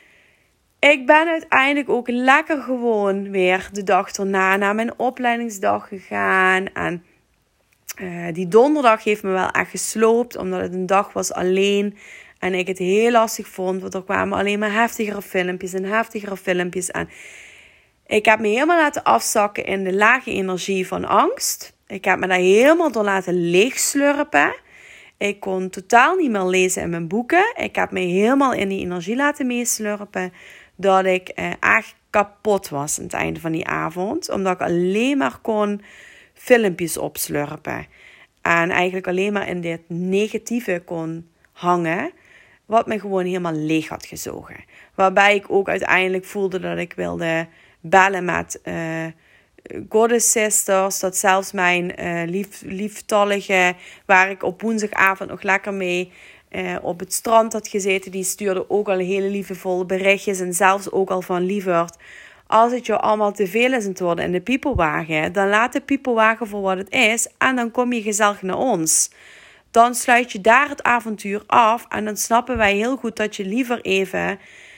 A: Ik ben uiteindelijk ook lekker gewoon weer de dag erna naar mijn opleidingsdag gegaan. En die donderdag heeft me wel echt gesloopt. Omdat het een dag was alleen. En ik het heel lastig vond. Want er kwamen alleen maar heftigere filmpjes. En ik heb me helemaal laten afzakken in de lage energie van angst. Ik heb me daar helemaal door laten leegslurpen. Ik kon totaal niet meer lezen in mijn boeken. Ik heb me helemaal in die energie laten meeslurpen. Dat ik echt kapot was aan het einde van die avond. Omdat ik alleen maar kon filmpjes opslurpen. En eigenlijk alleen maar in dit negatieve kon hangen. Wat me gewoon helemaal leeg had gezogen. Waarbij ik ook uiteindelijk voelde dat ik wilde bellen met Goddess Sisters. Dat zelfs mijn lieftallige, waar ik op woensdagavond nog lekker mee op het strand had gezeten, die stuurde ook al hele liefdevolle berichtjes. En zelfs ook al van lieverd, als het jou allemaal te veel is aan het worden in de piepelwagen, dan laat de piepelwagen voor wat het is en dan kom je gezellig naar ons. Dan sluit je daar het avontuur af en dan snappen wij heel goed dat je liever even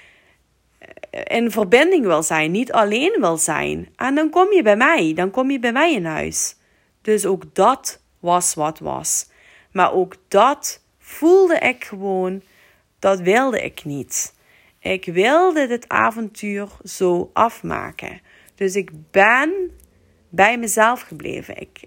A: in verbinding wil zijn, niet alleen wil zijn. En dan kom je bij mij in huis. Dus ook dat was wat was. Maar ook dat voelde ik gewoon, dat wilde ik niet. Ik wilde dit avontuur zo afmaken. Dus ik ben bij mezelf gebleven. Ik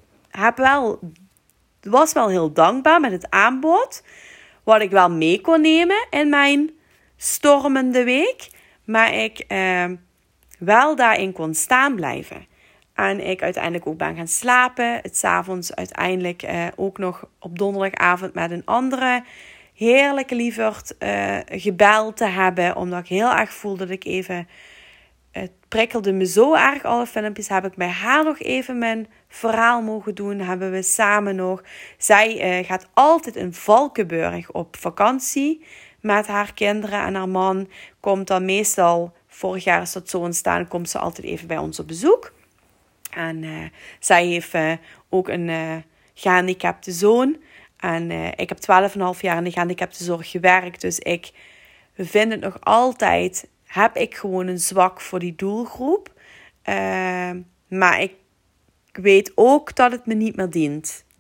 A: was wel heel dankbaar met het aanbod. Wat ik wel mee kon nemen in mijn stormende week. Maar ik wel daarin kon staan blijven. En ik uiteindelijk ook ben gaan slapen. Het 's avonds uiteindelijk ook nog op donderdagavond met een andere heerlijke lieverd gebeld te hebben. Omdat ik heel erg voelde dat ik even... Het prikkelde me zo erg, alle filmpjes. Heb ik bij haar nog even mijn verhaal mogen doen. Hebben we samen nog... Zij gaat altijd in Valkenburg op vakantie met haar kinderen. En haar man komt dan meestal... Vorig jaar is dat zo ontstaan. Komt ze altijd even bij ons op bezoek. En zij heeft ook een gehandicapte zoon. En ik heb 12,5 jaar in de gehandicaptenzorg gewerkt. Dus ik vind het nog altijd... Heb ik gewoon een zwak voor die doelgroep. Maar ik weet ook dat het me niet meer dient.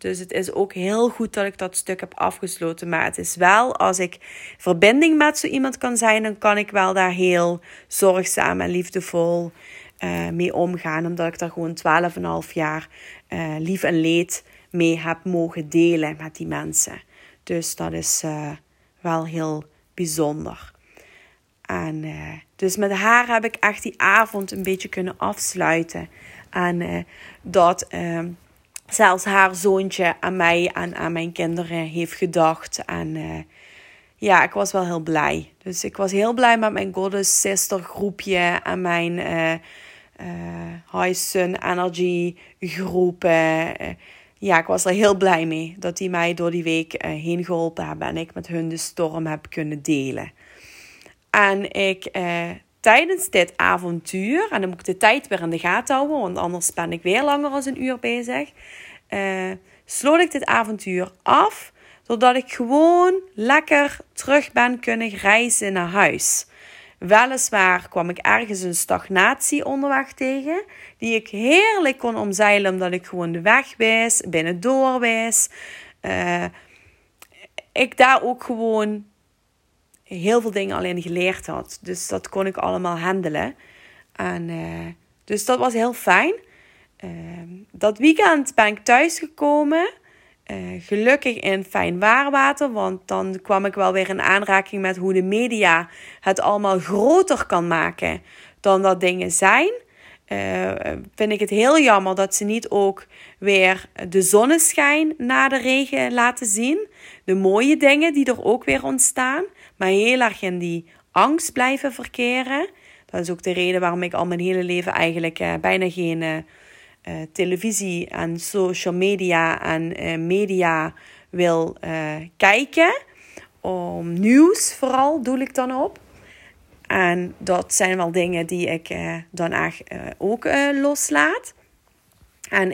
A: Dus het is ook heel goed dat ik dat stuk heb afgesloten. Maar het is wel, als ik verbinding met zo iemand kan zijn, dan kan ik wel daar heel zorgzaam en liefdevol mee omgaan. Omdat ik daar gewoon 12,5 jaar lief en leed mee heb mogen delen met die mensen. Dus dat is wel heel bijzonder. En dus met haar heb ik echt die avond een beetje kunnen afsluiten. En dat zelfs haar zoontje aan mij en aan mijn kinderen heeft gedacht. En ja, ik was wel heel blij. Dus ik was heel blij met mijn Goddess Sister groepje en mijn High Sun Energy groepen. Ja, ik was er heel blij mee dat die mij door die week heen geholpen hebben. En ik met hun de storm heb kunnen delen. En ik tijdens dit avontuur, en dan moet ik de tijd weer in de gaten houden, want anders ben ik weer langer dan een uur bezig, sloot ik dit avontuur af, doordat ik gewoon lekker terug ben kunnen reizen naar huis. Weliswaar kwam ik ergens een stagnatie onderweg tegen, die ik heerlijk kon omzeilen, omdat ik gewoon de weg wist, binnendoor wist. Ik daar ook gewoon heel veel dingen alleen geleerd had. Dus dat kon ik allemaal handelen. En dus dat was heel fijn. Dat weekend ben ik thuisgekomen. Gelukkig in fijn vaarwater. Want dan kwam ik wel weer in aanraking met hoe de media het allemaal groter kan maken dan dat dingen zijn. Vind ik het heel jammer dat ze niet ook weer de zonneschijn na de regen laten zien. De mooie dingen die er ook weer ontstaan. Maar heel erg in die angst blijven verkeren. Dat is ook de reden waarom ik al mijn hele leven eigenlijk bijna geen televisie en social media en media wil kijken. Om nieuws vooral doe ik dan op. En dat zijn wel dingen die ik dan echt ook loslaat. En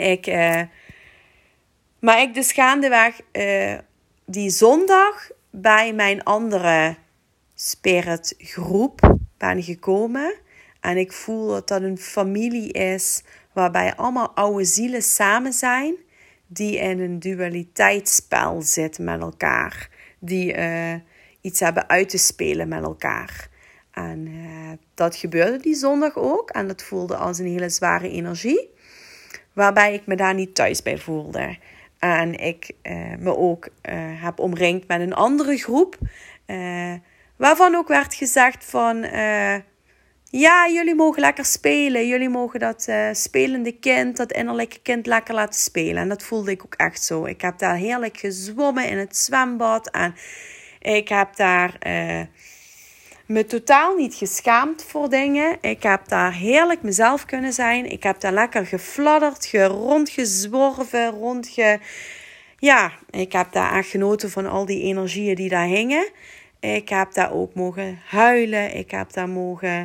A: maar ik dus gaandeweg die zondag bij mijn andere spirit groep ben gekomen. En ik voel dat dat een familie is waarbij allemaal oude zielen samen zijn. Die in een dualiteitsspel zitten met elkaar. Die iets hebben uit te spelen met elkaar. En dat gebeurde die zondag ook. En dat voelde als een hele zware energie. Waarbij ik me daar niet thuis bij voelde. En ik me ook heb omringd met een andere groep. Waarvan ook werd gezegd van... ja, jullie mogen lekker spelen. Jullie mogen dat spelende kind, dat innerlijke kind lekker laten spelen. En dat voelde ik ook echt zo. Ik heb daar heerlijk gezwommen in het zwembad. En ik heb daar me totaal niet geschaamd voor dingen. Ik heb daar heerlijk mezelf kunnen zijn. Ik heb daar lekker gefladderd, rondgezworven, ja, ik heb daar echt genoten van al die energieën die daar hingen. Ik heb daar ook mogen huilen. Ik heb daar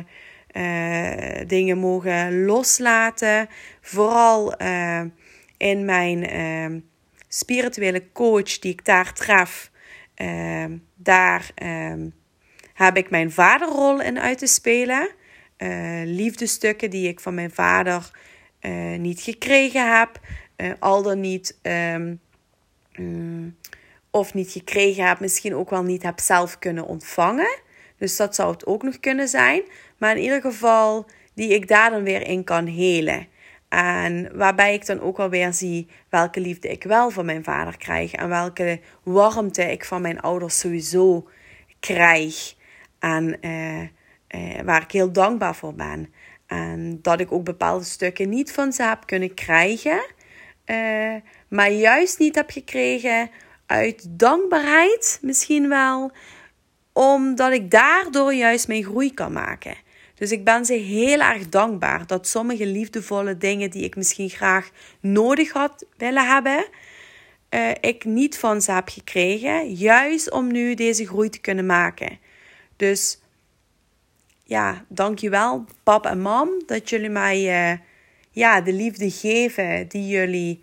A: dingen mogen loslaten. Vooral in mijn spirituele coach die ik daar tref. Daar heb ik mijn vaderrol in uit te spelen. Liefdestukken die ik van mijn vader niet gekregen heb. Al dan niet... of niet gekregen heb, misschien ook wel niet heb zelf kunnen ontvangen. Dus dat zou het ook nog kunnen zijn. Maar in ieder geval die ik daar dan weer in kan helen. En waarbij ik dan ook alweer zie welke liefde ik wel van mijn vader krijg. En welke warmte ik van mijn ouders sowieso krijg. En waar ik heel dankbaar voor ben. En dat ik ook bepaalde stukken niet van ze heb kunnen krijgen. Maar juist niet heb gekregen uit dankbaarheid misschien wel. Omdat ik daardoor juist mijn groei kan maken. Dus ik ben ze heel erg dankbaar dat sommige liefdevolle dingen die ik misschien graag nodig had willen hebben. Ik niet van ze heb gekregen. Juist om nu deze groei te kunnen maken. Dus ja, dankjewel pap en mam dat jullie mij de liefde geven die jullie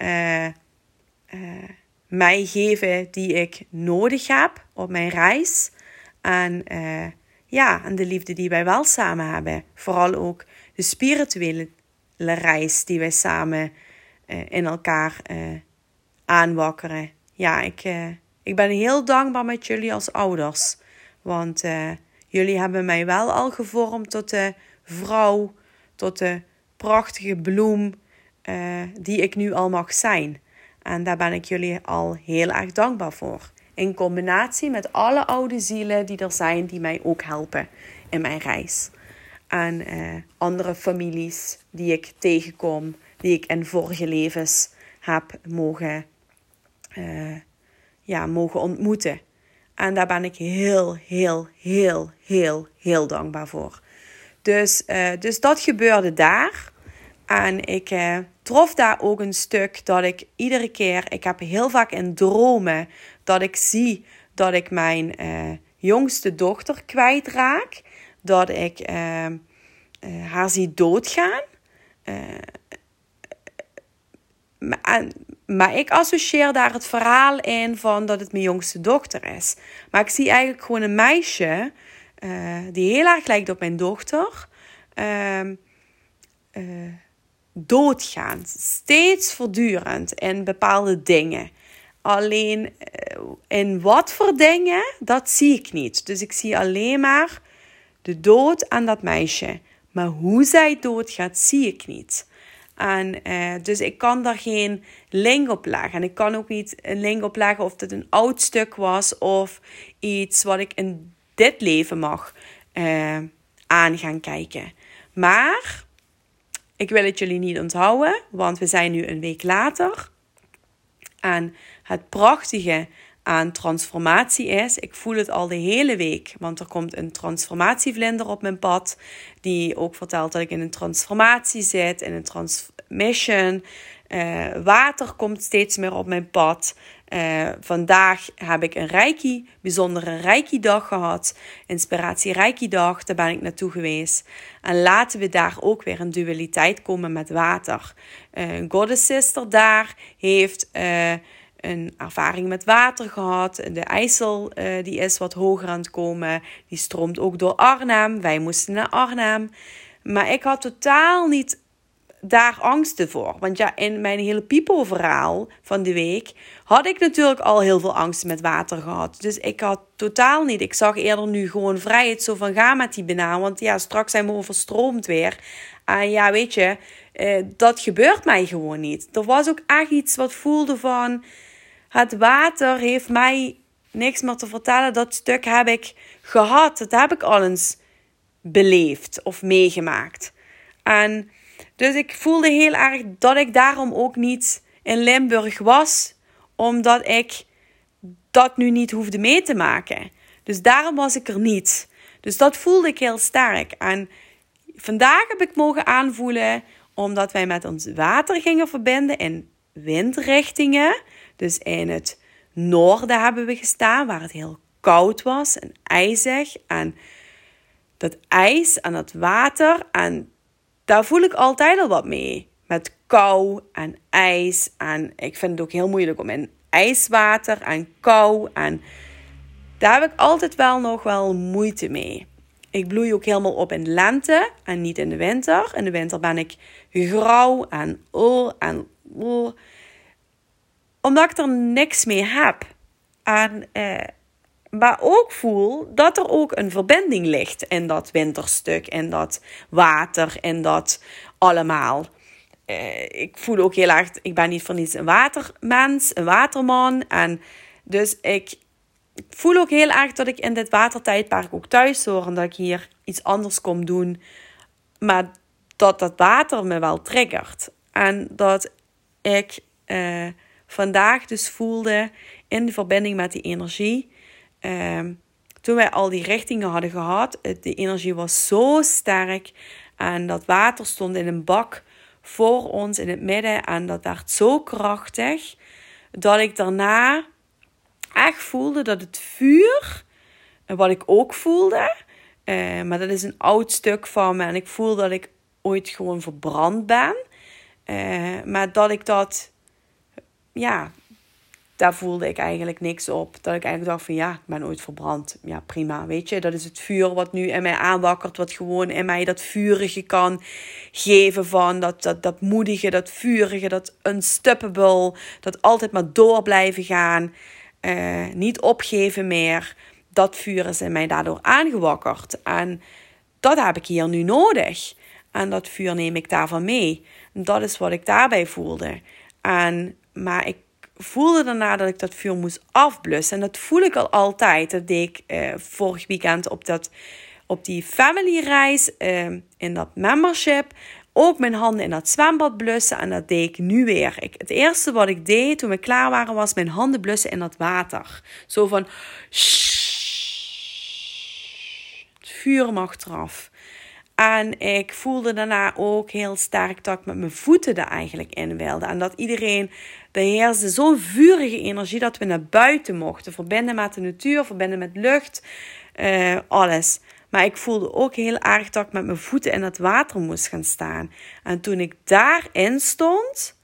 A: mij geven die ik nodig heb op mijn reis. En de liefde die wij wel samen hebben. Vooral ook de spirituele reis die wij samen in elkaar aanwakkeren. Ja, ik ben heel dankbaar met jullie als ouders. Want jullie hebben mij wel al gevormd tot de vrouw, tot de prachtige bloem die ik nu al mag zijn. En daar ben ik jullie al heel erg dankbaar voor. In combinatie met alle oude zielen die er zijn, die mij ook helpen in mijn reis. En andere families die ik tegenkom, die ik in vorige levens heb mogen ontmoeten. En daar ben ik heel, heel, heel, heel, heel dankbaar voor. Dus dat gebeurde daar. En ik trof daar ook een stuk dat ik iedere keer... Ik heb heel vaak in dromen dat ik zie dat ik mijn jongste dochter kwijtraak. Dat ik haar zie doodgaan. Maar ik associeer daar het verhaal in van dat het mijn jongste dochter is. Maar ik zie eigenlijk gewoon een meisje die heel erg lijkt op mijn dochter... doodgaan. Steeds voortdurend in bepaalde dingen. Alleen in wat voor dingen, dat zie ik niet. Dus ik zie alleen maar de dood aan dat meisje. Maar hoe zij doodgaat, zie ik niet. En dus ik kan daar geen link op leggen. En ik kan ook niet een link op leggen of het een oud stuk was of iets wat ik in dit leven mag aan gaan kijken. Maar ik wil het jullie niet onthouden, want we zijn nu een week later. En het prachtige aan transformatie is, ik voel het al de hele week, want er komt een transformatievlinder op mijn pad, die ook vertelt dat ik in een transformatie zit, in een transmission. Water komt steeds meer op mijn pad. Vandaag heb ik een bijzondere Reiki-dag gehad. Inspiratie Reiki-dag, daar ben ik naartoe geweest. En laten we daar ook weer een dualiteit komen met water. Een Goddess Sister daar heeft een ervaring met water gehad. De IJssel die is wat hoger aan het komen. Die stroomt ook door Arnhem. Wij moesten naar Arnhem. Maar ik had totaal niet daar angsten voor. Want ja, in mijn hele Pipo-verhaal van de week had ik natuurlijk al heel veel angst met water gehad. Dus ik had totaal niet. Ik zag eerder nu gewoon vrijheid zo van ga met die banaan. Want ja, straks zijn we overstroomd weer. En ja, weet je, dat gebeurt mij gewoon niet. Er was ook echt iets wat voelde van het water heeft mij niks meer te vertellen. Dat stuk heb ik gehad. Dat heb ik al eens beleefd of meegemaakt. En dus ik voelde heel erg dat ik daarom ook niet in Limburg was. Omdat ik dat nu niet hoefde mee te maken. Dus daarom was ik er niet. Dus dat voelde ik heel sterk. En vandaag heb ik mogen aanvoelen, omdat wij met ons water gingen verbinden in windrichtingen. Dus in het noorden hebben we gestaan, waar het heel koud was en ijzig. En dat ijs en dat water, en daar voel ik altijd al wat mee. Met kou en ijs. En ik vind het ook heel moeilijk om in ijswater en kou. En daar heb ik altijd wel nog wel moeite mee. Ik bloei ook helemaal op in de lente en niet in de winter. In de winter ben ik grauw en omdat ik er niks mee heb. En maar ook voel dat er ook een verbinding ligt in dat winterstuk, in dat water, in dat allemaal. Ik voel ook heel erg, ik ben niet voor niets een watermens, een waterman. En dus ik voel ook heel erg dat ik in dit watertijdperk ook thuis hoor. En dat ik hier iets anders kom doen. Maar dat water me wel triggert. En dat ik vandaag dus voelde in de verbinding met die energie. Toen wij al die richtingen hadden gehad. De energie was zo sterk. En dat water stond in een bak voor ons in het midden. En dat werd zo krachtig. Dat ik daarna echt voelde dat het vuur. Wat ik ook voelde. Maar dat is een oud stuk van me. En ik voel dat ik ooit gewoon verbrand ben. Maar dat ik dat. Ja. daar voelde ik eigenlijk niks op. Dat ik eigenlijk dacht van ja, ik ben ooit verbrand. Ja, prima, weet je. Dat is het vuur wat nu in mij aanwakkert. Wat gewoon in mij dat vurige kan geven van. Dat moedige, dat vurige, dat unstoppable. Dat altijd maar door blijven gaan. Niet opgeven meer. Dat vuur is in mij daardoor aangewakkerd. En dat heb ik hier nu nodig. En dat vuur neem ik daarvan mee. Dat is wat ik daarbij voelde. Maar ik voelde daarna dat ik dat vuur moest afblussen. En dat voel ik al altijd. Dat deed ik vorig weekend op die family reis. In dat membership. Ook mijn handen in dat zwembad blussen. En dat deed ik nu weer. Het eerste wat ik deed toen we klaar waren, was mijn handen blussen in dat water. Zo van... Het vuur mag eraf. En ik voelde daarna ook heel sterk dat ik met mijn voeten er eigenlijk in wilde. En dat iedereen, er heerste zo'n vurige energie dat we naar buiten mochten. Verbinden met de natuur, verbinden met lucht, alles. Maar ik voelde ook heel erg dat ik met mijn voeten in het water moest gaan staan. En toen ik daarin stond,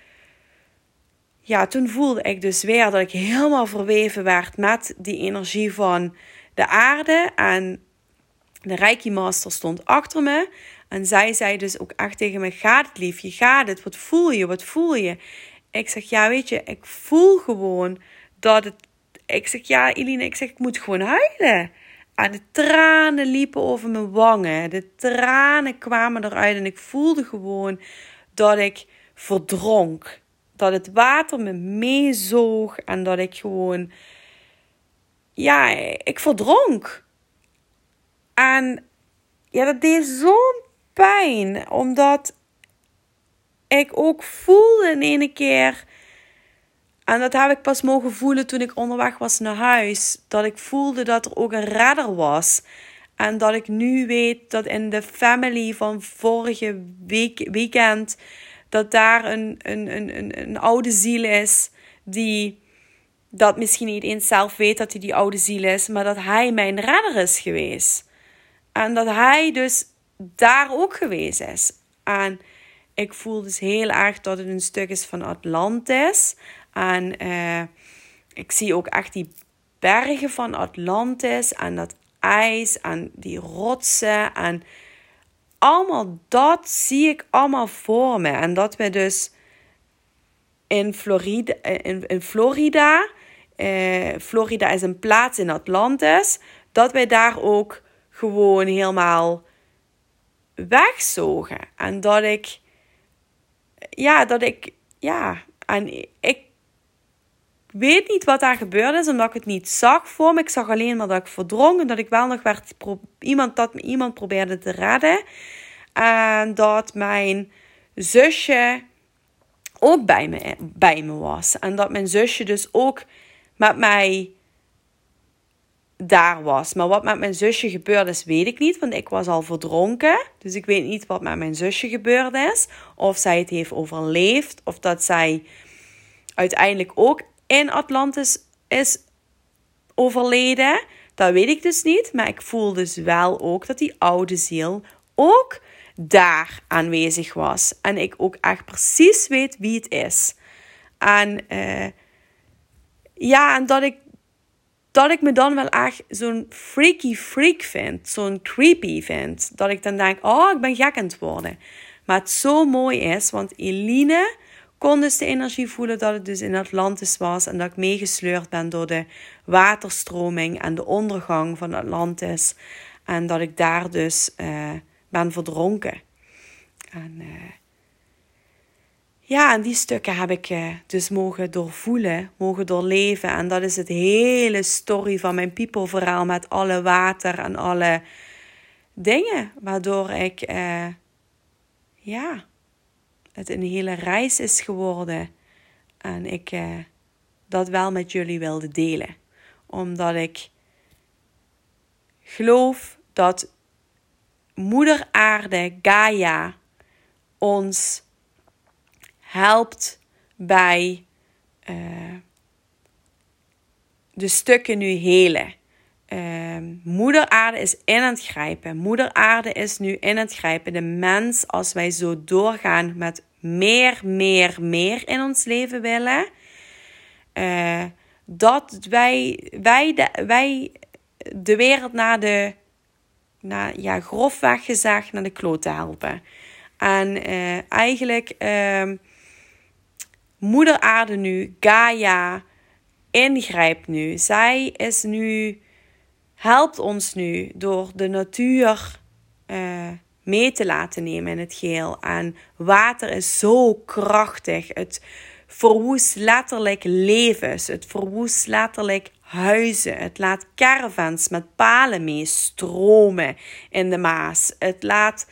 A: ja, toen voelde ik dus weer dat ik helemaal verweven werd met die energie van de aarde. En de Reiki Master stond achter me. En zij zei dus ook echt tegen me: gaat het liefje, gaat het? Wat voel je, wat voel je? Ik zeg, ja weet je, ik voel gewoon dat het... Ik zeg, ja Eline, ik moet gewoon huilen. En de tranen liepen over mijn wangen. De tranen kwamen eruit. En ik voelde gewoon dat ik verdronk. Dat het water me meezoog. En dat ik gewoon... Ja, ik verdronk. En ja, dat deed zo'n pijn. Omdat ik ook voelde in ene keer... En dat heb ik pas mogen voelen toen ik onderweg was naar huis. Dat ik voelde dat er ook een redder was. En dat ik nu weet dat in de family van vorige weekend... dat daar een oude ziel is die... dat misschien niet eens zelf weet dat hij die oude ziel is... maar dat hij mijn redder is geweest. En dat hij dus daar ook geweest is. En ik voel dus heel erg dat het een stuk is van Atlantis... En ik zie ook echt die bergen van Atlantis en dat ijs en die rotsen. En allemaal dat zie ik allemaal voor me. En dat we dus in Florida, Florida is een plaats in Atlantis, dat wij daar ook gewoon helemaal wegzogen. En ik weet niet wat daar gebeurd is, omdat ik het niet zag voor me. Ik zag alleen maar dat ik verdronk en dat ik wel nog iemand probeerde te redden. En dat mijn zusje ook bij me was. En dat mijn zusje dus ook met mij daar was. Maar wat met mijn zusje gebeurd is, weet ik niet. Want ik was al verdronken. Dus ik weet niet wat met mijn zusje gebeurd is. Of zij het heeft overleefd. Of dat zij uiteindelijk ook in Atlantis is overleden. Dat weet ik dus niet. Maar ik voel dus wel ook dat die oude ziel ook daar aanwezig was. En ik ook echt precies weet wie het is. En en dat ik me dan wel echt zo'n freaky freak vind. Zo'n creepy vind. Dat ik dan denk, oh, ik ben gek aan het worden. Maar het zo mooi is, want Eline kon dus de energie voelen dat het dus in Atlantis was. En dat ik meegesleurd ben door de waterstroming en de ondergang van Atlantis. En dat ik daar dus ben verdronken. En die stukken heb ik dus mogen doorvoelen, mogen doorleven. En dat is het hele story van mijn people-verhaal met alle water en alle dingen. Waardoor ik, het een hele reis is geworden. En ik dat wel met jullie wilde delen. Omdat ik geloof dat Moeder Aarde, Gaia, ons helpt bij de stukken nu helen. Moeder Aarde is in het grijpen. Moeder Aarde is nu in het grijpen. De mens, als wij zo doorgaan met meer in ons leven willen, dat wij de wereld grofweg gezegd naar de klote helpen. En eigenlijk Moeder Aarde nu, Gaia, ingrijpt nu. Zij helpt ons nu door de natuur mee te laten nemen in het geheel. En water is zo krachtig. Het verwoest letterlijk levens. Het verwoest letterlijk huizen. Het laat caravans met palen mee stromen in de Maas. Het laat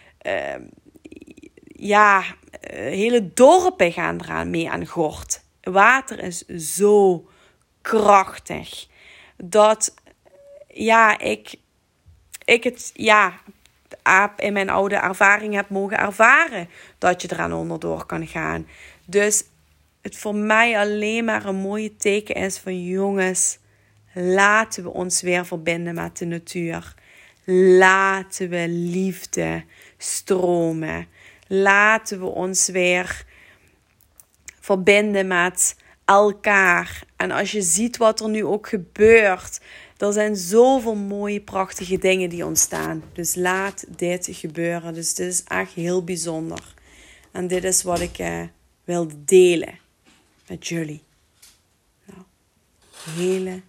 A: hele dorpen gaan eraan mee aan gort. Water is zo krachtig dat ik het in mijn oude ervaring heb mogen ervaren dat je eraan onderdoor kan gaan. Dus het voor mij alleen maar een mooie teken is van jongens, laten we ons weer verbinden met de natuur. Laten we liefde stromen. Laten we ons weer verbinden met elkaar. En als je ziet wat er nu ook gebeurt, er zijn zoveel mooie, prachtige dingen die ontstaan. Dus laat dit gebeuren. Dus dit is echt heel bijzonder. En dit is wat ik wilde delen met jullie. Nou, hele